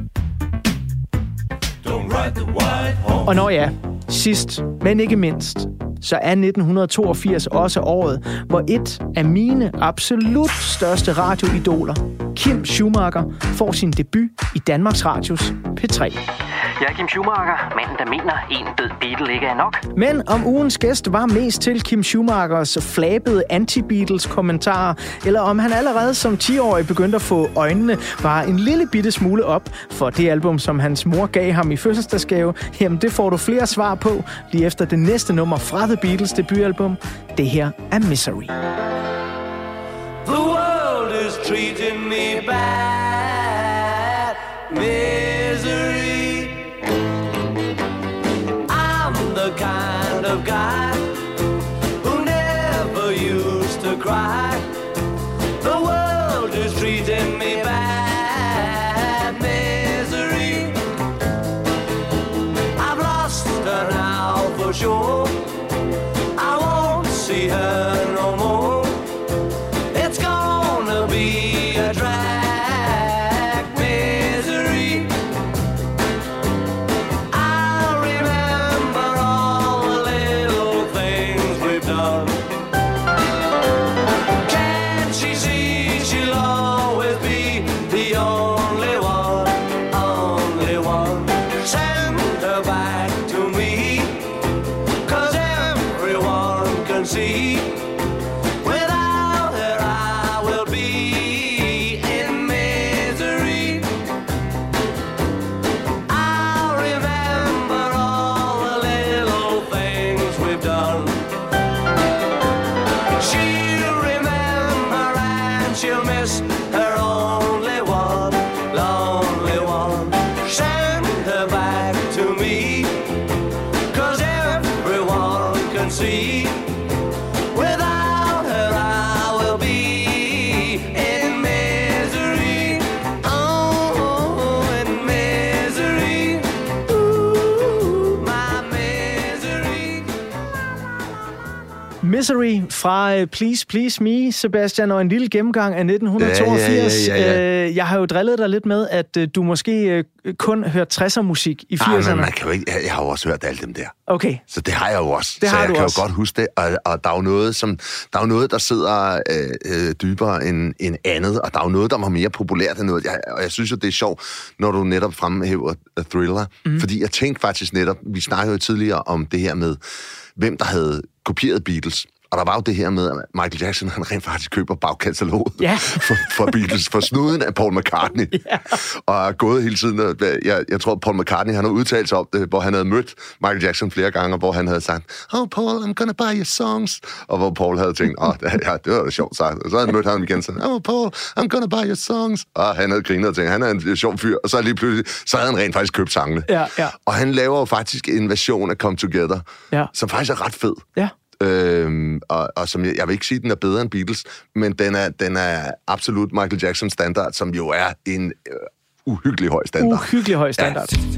don't ride the white horse. Og når ja, sidst, men ikke mindst, så er 1982 også året, hvor et af mine absolut største radioidoler Kim Schumacher får sin debut i Danmarks Radios P3. Jeg er Kim Schumacher, manden der mener, en død Beatle ikke er nok. Men om ugens gæst var mest til Kim Schumachers flabede anti-Beatles-kommentarer, eller om han allerede som 10-årig begyndte at få øjnene bare en lille bitte smule op for det album, som hans mor gav ham i fødselsdagsgave, jamen det får du flere svar på lige efter det næste nummer fra The Beatles debutalbum. Det her er Misery. The world is treating me bad. Misery. I'm the kind of guy who never used to cry. The world is treating me bad. Misery. I've lost her now for sure. I won't see her no more. It's gonna be a drag. Misery. I'll remember all the little things we've done. Can't she see she'll always be the only one, only one? Send her back to me, 'cause everyone can see. Without her I will be in misery. I'll remember all the little things we've done. She'll remember and she'll miss her only one, lonely one. Send her back to me, 'cause everyone can see. Without her I will be in misery. Oh, in misery. Ooh, my misery. Misery fra Please Please Me, Sebastian, og en lille gennemgang af 1982. Ja. Jeg har jo drillet dig lidt med, at du måske kun hørt 60'er musik i 80'erne. Men man kan jo ikke, jeg har jo også hørt alle dem der. Okay. Så det har jeg jo også. Det så har jeg du kan også. jo godt huske det. Og der er jo noget, der sidder dybere end andet. Og der er jo noget, der var mere populært end noget. Og jeg synes jo, det er sjovt, når du netop fremhæver Thriller. Fordi jeg tænkte faktisk netop, vi snakkede jo tidligere om det her med, hvem der havde kopieret Beatles. Og der var jo det her med, at Michael Jackson, han rent faktisk køber bagkataloget for Beatles, for snuden af Paul McCartney. Og er gået hele tiden. Jeg tror, Paul McCartney, han har udtalt sig om det, hvor han havde mødt Michael Jackson flere gange, hvor han havde sagt, "Oh, Paul, I'm gonna buy your songs." Og hvor Paul havde tænkt, det var da sjovt sagt. Og så havde han mødt ham igen, så, "Oh, Paul, I'm gonna buy your songs." Og han havde grinet og tænkt, han er en sjov fyr. Og så lige pludselig, så havde han rent faktisk købt sangene. Ja. Og han laver jo faktisk en version af Come Together, som faktisk er ret fed. Ja. Og som jeg vil ikke sige, den er bedre end Beatles, men den er absolut Michael Jackson standard, som jo er en uhyggelig høj standard. Uhyggelig høj standard. Ja.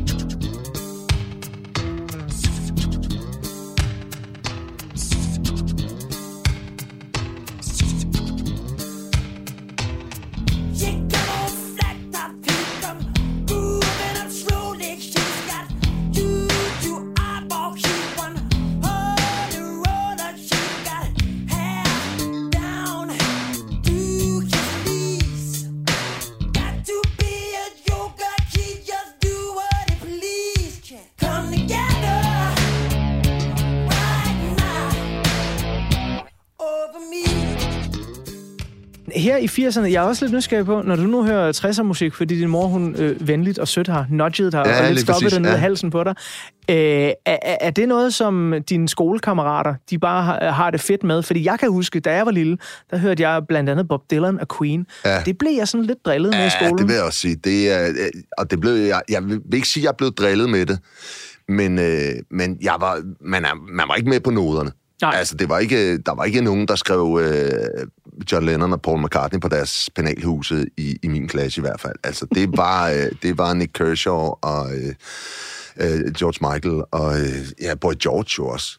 Her i 80'erne, jeg er også lidt nysgerrig på, når du nu hører 60'er musik, fordi din mor, hun venligt og sødt har nudget dig og lidt stoppet dig ned i halsen på dig. Er det noget, som dine skolekammerater, de bare har det fedt med? Fordi jeg kan huske, da jeg var lille, der hørte jeg blandt andet Bob Dylan og Queen. Ja. Det blev jeg sådan lidt drillet med i skolen. Ja, det vil jeg også sige. Og det blev jeg vil ikke sige, at jeg blev drillet med det, men man var ikke med på noderne. Nej. Altså, der var ikke nogen, der skrev John Lennon og Paul McCartney på deres penalhuse i min klasse i hvert fald. Altså, det var Nick Kershaw og George Michael og Boy George jo også,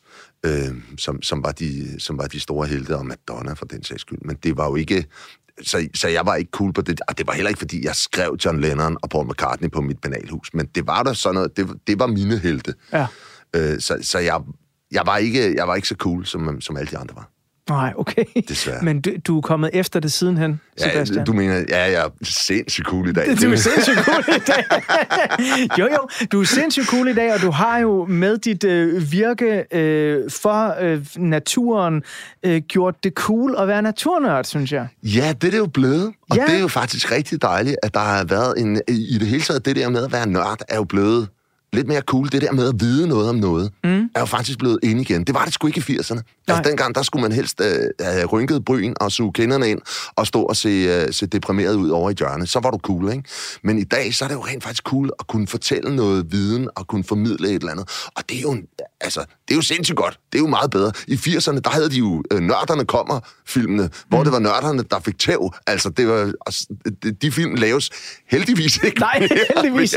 som var de store helte, og Madonna for den sags skyld. Men det var jo ikke... Så jeg var ikke cool på det. Og det var heller ikke, fordi jeg skrev John Lennon og Paul McCartney på mit penalhus. Men det var der sådan noget... Det var mine helte. Ja. Så jeg var ikke så cool, som alle de andre var. Nej, okay. Desværre. Men du er kommet efter det sidenhen, Sebastian. Ja, du mener, jeg er sindssygt cool i dag. Du er sindssygt cool i dag. Jo, du er sindssygt cool i dag, og du har jo med dit virke for naturen gjort det cool at være naturnørd, synes jeg. Ja, det er jo blevet. Og det er jo faktisk rigtig dejligt, at der har været i det hele taget, det der med at være nørd, er jo blevet lidt mere cool. Det der med at vide noget om noget, er jo faktisk blevet ind igen. Det var det sgu ikke i 80'erne. Altså dengang, der skulle man helst have rynket bryn og suge kinderne ind og stå og se deprimeret ud over i hjørnet. Så var du cool, ikke? Men i dag, så er det jo rent faktisk cool at kunne fortælle noget viden og kunne formidle et eller andet. Og det er jo, det er jo sindssygt godt. Det er jo meget bedre. I 80'erne, der havde de jo Nørderne kommer-filmene, hvor det var nørderne, der fik tæv. Altså, det var, de film laves heldigvis ikke. Nej, heldigvis.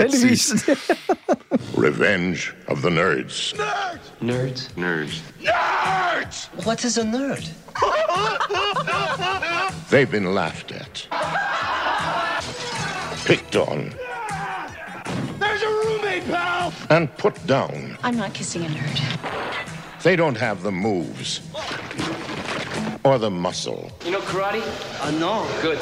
Revenge of the Nerds. Nerds. Nerds! What is a nerd? They've been laughed at. Picked on. There's a roommate, pal! And put down. I'm not kissing a nerd. They don't have the moves. Or the muscle. You know karate? No. Good.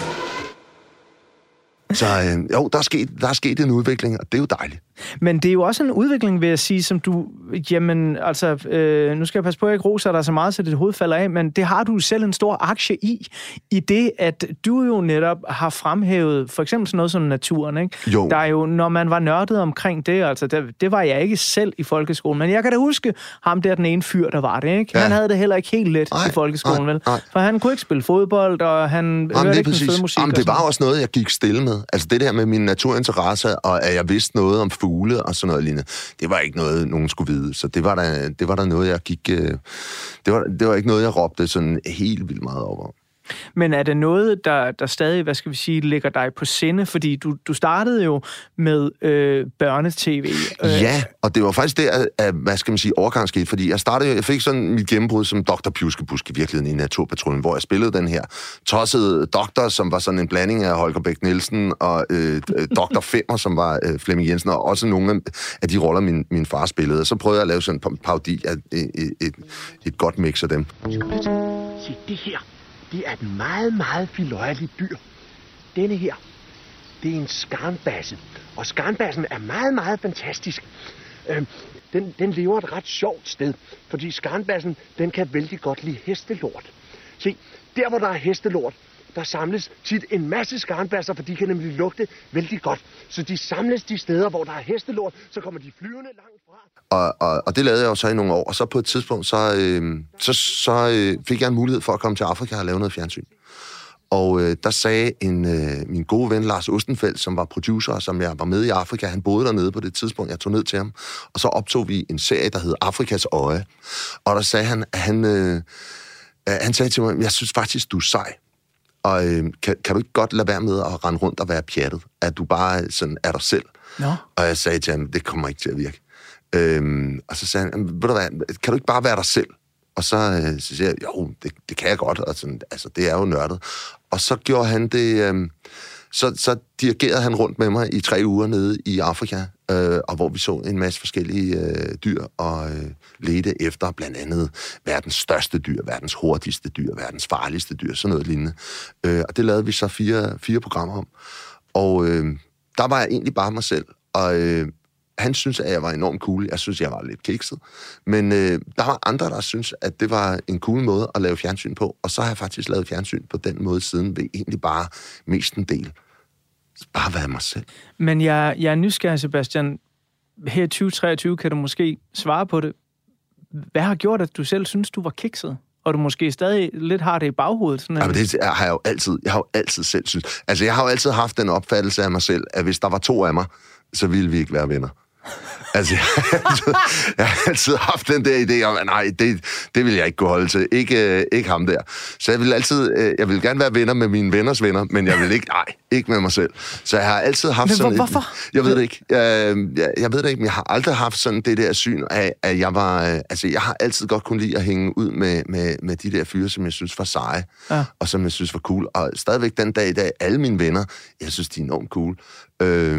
Så jo, der er sket en udvikling, og det er jo dejligt. Men det er jo også en udvikling, vil jeg sige, som du... Jamen, altså, nu skal jeg passe på, at jeg ikke roser dig så meget, så dit hoved falder af, men det har du selv en stor aktie i det, at du jo netop har fremhævet for eksempel sådan noget som naturen, ikke? Jo. Der er jo, når man var nørdet omkring det, altså, det var jeg ikke selv i folkeskolen, men jeg kan da huske ham der, den ene fyr, der var det, ikke? Ja. Han havde det heller ikke helt let i folkeskolen, vel? For han kunne ikke spille fodbold, og han hørte ikke den fede musik. Jamen, det var også noget, jeg gik stille med. Altså det der med min naturinteresse, og at jeg vidste noget om fugle og sådan noget lignende, det var ikke noget, nogen skulle vide. Så det var der noget, jeg gik... Det var ikke noget, jeg råbte sådan helt vildt meget over. Men er det noget, der stadig, hvad skal vi sige, ligger dig på sinde? Fordi du startede jo med børnetv. Ja, og det var faktisk der, at, hvad skal man sige, overgang skete, fordi jeg fik sådan mit gennembrud som Dr. Pjuskebusk i virkeligheden i Naturpatruljen, hvor jeg spillede den her tossede doktor, som var sådan en blanding af Holger Bæk Nielsen og Dr. Femmer, som var Flemming Jensen, og også nogle af de roller, min far spillede. Og så prøvede jeg at lave sådan en parodi af et godt mix af dem. Se, det her, det er et meget, meget filøjeligt dyr. Denne her, det er en skarnbasse. Og skarnbassen er meget, meget fantastisk. Den lever et ret sjovt sted, fordi skarnbassen, den kan vældig godt lide hestelort. Se, der hvor der er hestelort, der samles tit en masse skarnbasser, for de kan nemlig lugte vældig godt. Så de samles de steder, hvor der er hestelort, så kommer de flyvende langt fra. Og det lavede jeg jo så i nogle år, og så på et tidspunkt, så fik jeg en mulighed for at komme til Afrika og lave noget fjernsyn. Og der sagde min gode ven Lars Ostenfeldt, som var producer, som jeg var med i Afrika, han boede dernede på det tidspunkt, jeg tog ned til ham, og så optog vi en serie, der hed Afrikas Øje. Og der sagde han sagde til mig, jeg synes faktisk, du er sej. Og kan du ikke godt lade være med at rende rundt og være pjattet? At du bare sådan er dig selv? No. Og jeg sagde til ham, det kommer ikke til at virke. Og så sagde han, ved du hvad, kan du ikke bare være dig selv? Og så siger jeg, jo, det kan jeg godt. Og sådan, altså, det er jo nørdet. Og så gjorde han det... Så dirigerede han rundt med mig i 3 uger nede i Afrika, og hvor vi så en masse forskellige dyr, og ledte efter blandt andet verdens største dyr, verdens hurtigste dyr, verdens farligste dyr, sådan noget lignende. Og det lavede vi så 4 programmer om. Og der var jeg egentlig bare mig selv, og han synes, at jeg var enormt cool. Jeg synes, jeg var lidt kikset. Men der var andre, der synes, at det var en cool måde at lave fjernsyn på. Og så har jeg faktisk lavet fjernsyn på den måde siden, ved egentlig bare mest en del. Bare være mig selv. Men jeg er nysgerrig, Sebastian. Her i 2023 kan du måske svare på det. Hvad har gjort, at du selv synes, du var kikset? Og du måske stadig lidt har det i baghovedet? Sådan ja, men det har jeg jo altid. Jeg har jo altid selv synes. Altså, jeg har jo altid haft den opfattelse af mig selv, at hvis der var 2 af mig, så ville vi ikke være venner. Altså, jeg har altid haft den der idé om, at nej, det vil jeg ikke kunne holde til. Ikke ham der. Så jeg vil gerne være venner med mine venners venner, men jeg vil ikke med mig selv. Så jeg har altid haft men sådan... Hvorfor? Jeg ved det ikke. Jeg ved det ikke, men jeg har aldrig haft sådan det der syn af, at jeg var... Altså, jeg har altid godt kunne lide at hænge ud med de der fyre, som jeg synes var seje, og som jeg synes var cool. Og stadigvæk den dag i dag, alle mine venner, jeg synes, de er enormt cool.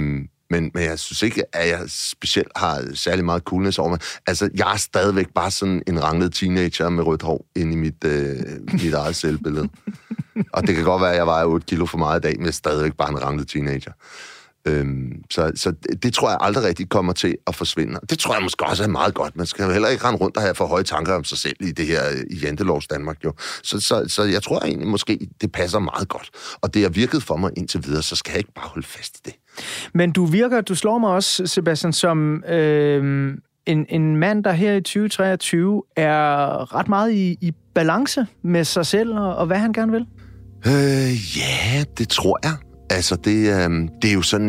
Men jeg synes ikke, at jeg specielt har særlig meget coolness over mig. Altså, jeg er stadigvæk bare sådan en ranglet teenager med rødt hår inde i mit eget selvbillede. Og det kan godt være, at jeg vejer 8 kilo for meget i dag, men jeg er stadigvæk bare en ranglet teenager. Så det tror jeg aldrig rigtig kommer til at forsvinde. Og det tror jeg måske også er meget godt. Man skal heller ikke rende rundt og have for høje tanker om sig selv i det her i Jantelovs Danmark, jo. Så jeg tror egentlig måske, det passer meget godt. Og det har virket for mig indtil videre, så skal jeg ikke bare holde fast i det. Men du slår mig også, Sebastian, som en mand, der her i 2023 er ret meget i balance med sig selv og hvad han gerne vil. Ja, det tror jeg. Altså, det er jo sådan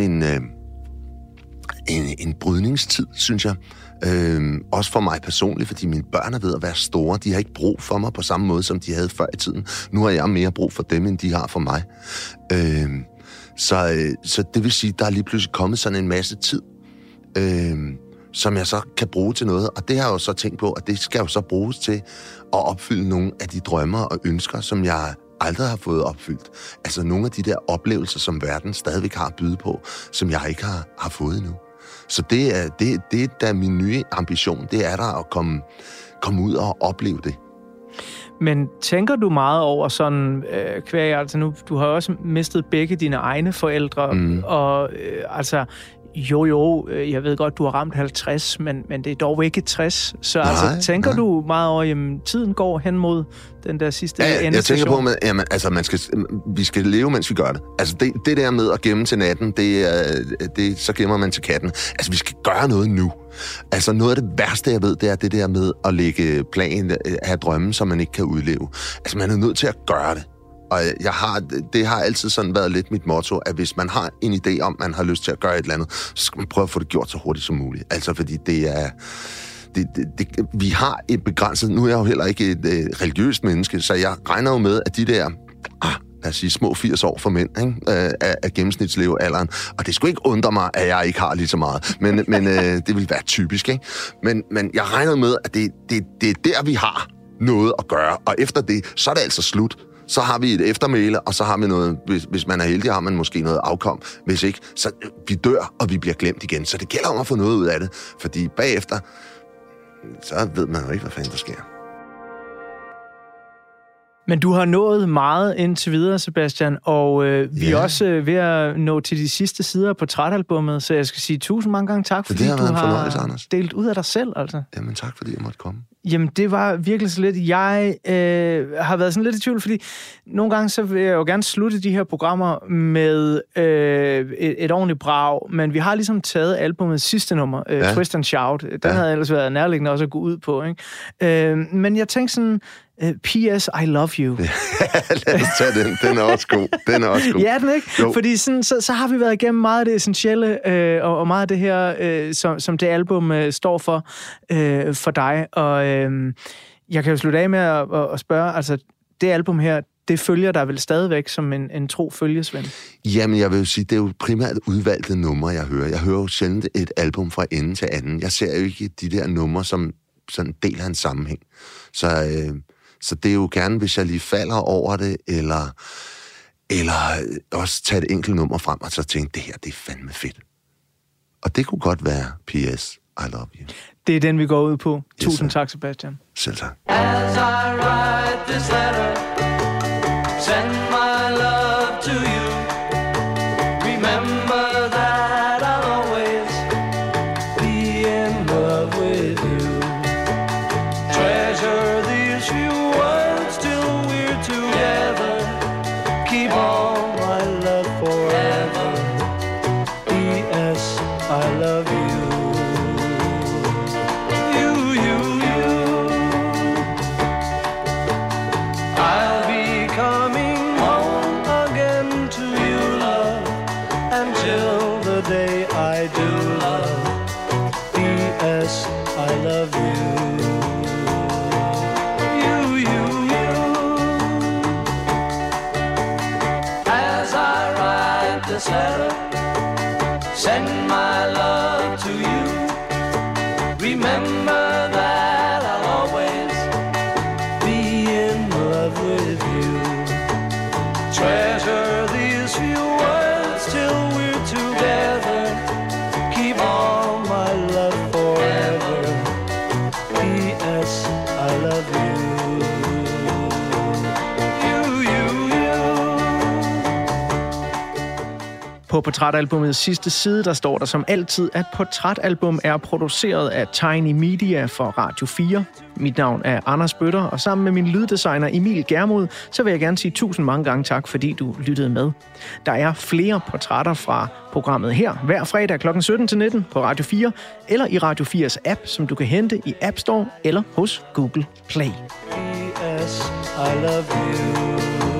en brydningstid, synes jeg. Også for mig personligt, fordi mine børn er ved at være store. De har ikke brug for mig på samme måde, som de havde før i tiden. Nu har jeg mere brug for dem, end de har for mig. Så det vil sige, der er lige pludselig kommet sådan en masse tid, som jeg så kan bruge til noget. Og det har jeg jo så tænkt på, at det skal jo så bruges til at opfylde nogle af de drømmer og ønsker, som jeg aldrig har fået opfyldt. Altså nogle af de der oplevelser, som verden stadigvæk har at byde på, som jeg ikke har fået endnu. Så det er da min nye ambition, det er der at komme ud og opleve det. Men tænker du meget over sådan, altså nu, du har også mistet begge dine egne forældre, og altså, jeg ved godt, du har ramt 50, men det er dog ikke 60. Så altså, tænker du meget over, jamen, tiden går hen mod den der sidste endestation? Jeg tænker på, jamen, altså, vi skal leve, mens vi gør det. Altså, det der med at gemme til natten, så gemmer man til katten. Altså, vi skal gøre noget nu. Altså, noget af det værste, jeg ved, det er det der med at lægge plan, have drømme, som man ikke kan udleve. Altså, man er nødt til at gøre det. Og det har altid sådan været lidt mit motto, at hvis man har en idé om, man har lyst til at gøre et eller andet, så skal man prøve at få det gjort så hurtigt som muligt. Altså, fordi vi har et begrænset... Nu er jeg jo heller ikke et religiøst menneske, så jeg regner jo med, at de der... lad os sige, små 80 år for mænd, ikke? Af gennemsnitslevealderen. Og det skulle ikke undre mig, at jeg ikke har lige så meget. Men det vil være typisk, ikke? Men jeg regner med, at det er der, vi har noget at gøre. Og efter det, så er det altså slut. Så har vi et eftermæle, og så har vi noget, hvis man er heldig, har man måske noget afkom. Hvis ikke, så vi dør, og vi bliver glemt igen. Så det gælder om at få noget ud af det. Fordi bagefter, så ved man jo ikke, hvad fanden der sker. Men du har nået meget indtil videre, Sebastian, og vi er også ved at nå til de sidste sider af portrætalbummet, så jeg skal sige 1000 mange gange tak, fordi du har delt ud af dig selv. Altså. Jamen tak, fordi jeg måtte komme. Jamen, det var virkelig så lidt. Jeg har været sådan lidt i tvivl, fordi nogle gange så vil jeg jo gerne slutte de her programmer med et ordentligt brag, men vi har ligesom taget albumets sidste nummer, Twist and Shout. Den havde ellers været nærliggende også at gå ud på, ikke? Men jeg tænkte sådan... P.S. I love you. Lad os tage den. Den er også god. Ja, den ikke? Jo. Fordi sådan, så har vi været igennem meget af det essentielle, og meget af det her, som det album står for dig. Og jeg kan jo slutte af med at spørge, altså det album her, det følger dig vel stadigvæk som en tro følgesven? Jamen, jeg vil jo sige, det er jo primært udvalgte numre, jeg hører. Jeg hører jo sjældent et album fra ende til anden. Jeg ser jo ikke de der numre som sådan en del af en sammenhæng. Så det er jo gerne, hvis jeg lige falder over det, eller også tage et enkelt nummer frem, og så tænke, det her, det er fandme fedt. Og det kunne godt være P.S. I love you. Det er den, vi går ud på. Tusind tak, Sebastian. Selv tak. As I write this letter, send my love to you. Remember that I'll always be in love with you. Treasure these few words till we're together. Keep all my love forever. P.S. I love you. I'll be coming home again to you, love, until the day I do, love. P.S. I love you. This letter, send my love to you. Remember that I'll always be in love with you. Treasure these few words till we're together. På portrætalbumets sidste side, der står der som altid, at Portrætalbum er produceret af Tiny Media for Radio 4. Mit navn er Anders Bøtter, og sammen med min lyddesigner Emil Germod, så vil jeg gerne sige 1000 mange gange tak, fordi du lyttede med. Der er flere portrætter fra programmet her, hver fredag kl. 17-19 på Radio 4, eller i Radio 4's app, som du kan hente i App Store eller hos Google Play. P.S. I love you.